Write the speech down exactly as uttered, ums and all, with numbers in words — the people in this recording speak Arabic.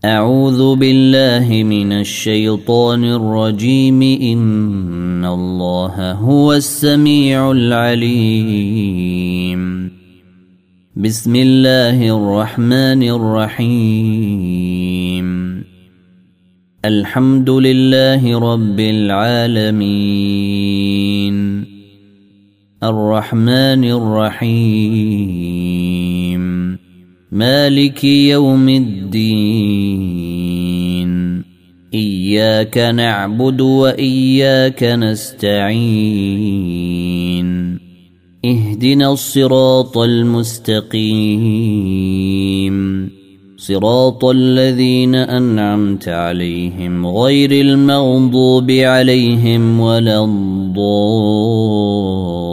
أعوذ بالله من الشيطان الرجيم. إن الله هو السميع العليم. بسم الله الرحمن الرحيم. الحمد لله رب العالمين. الرحمن الرحيم. مالك يوم الدين. إياك نعبد وإياك نستعين. اهدنا الصراط المستقيم، صراط الذين أنعمت عليهم غير المغضوب عليهم ولا الضالين.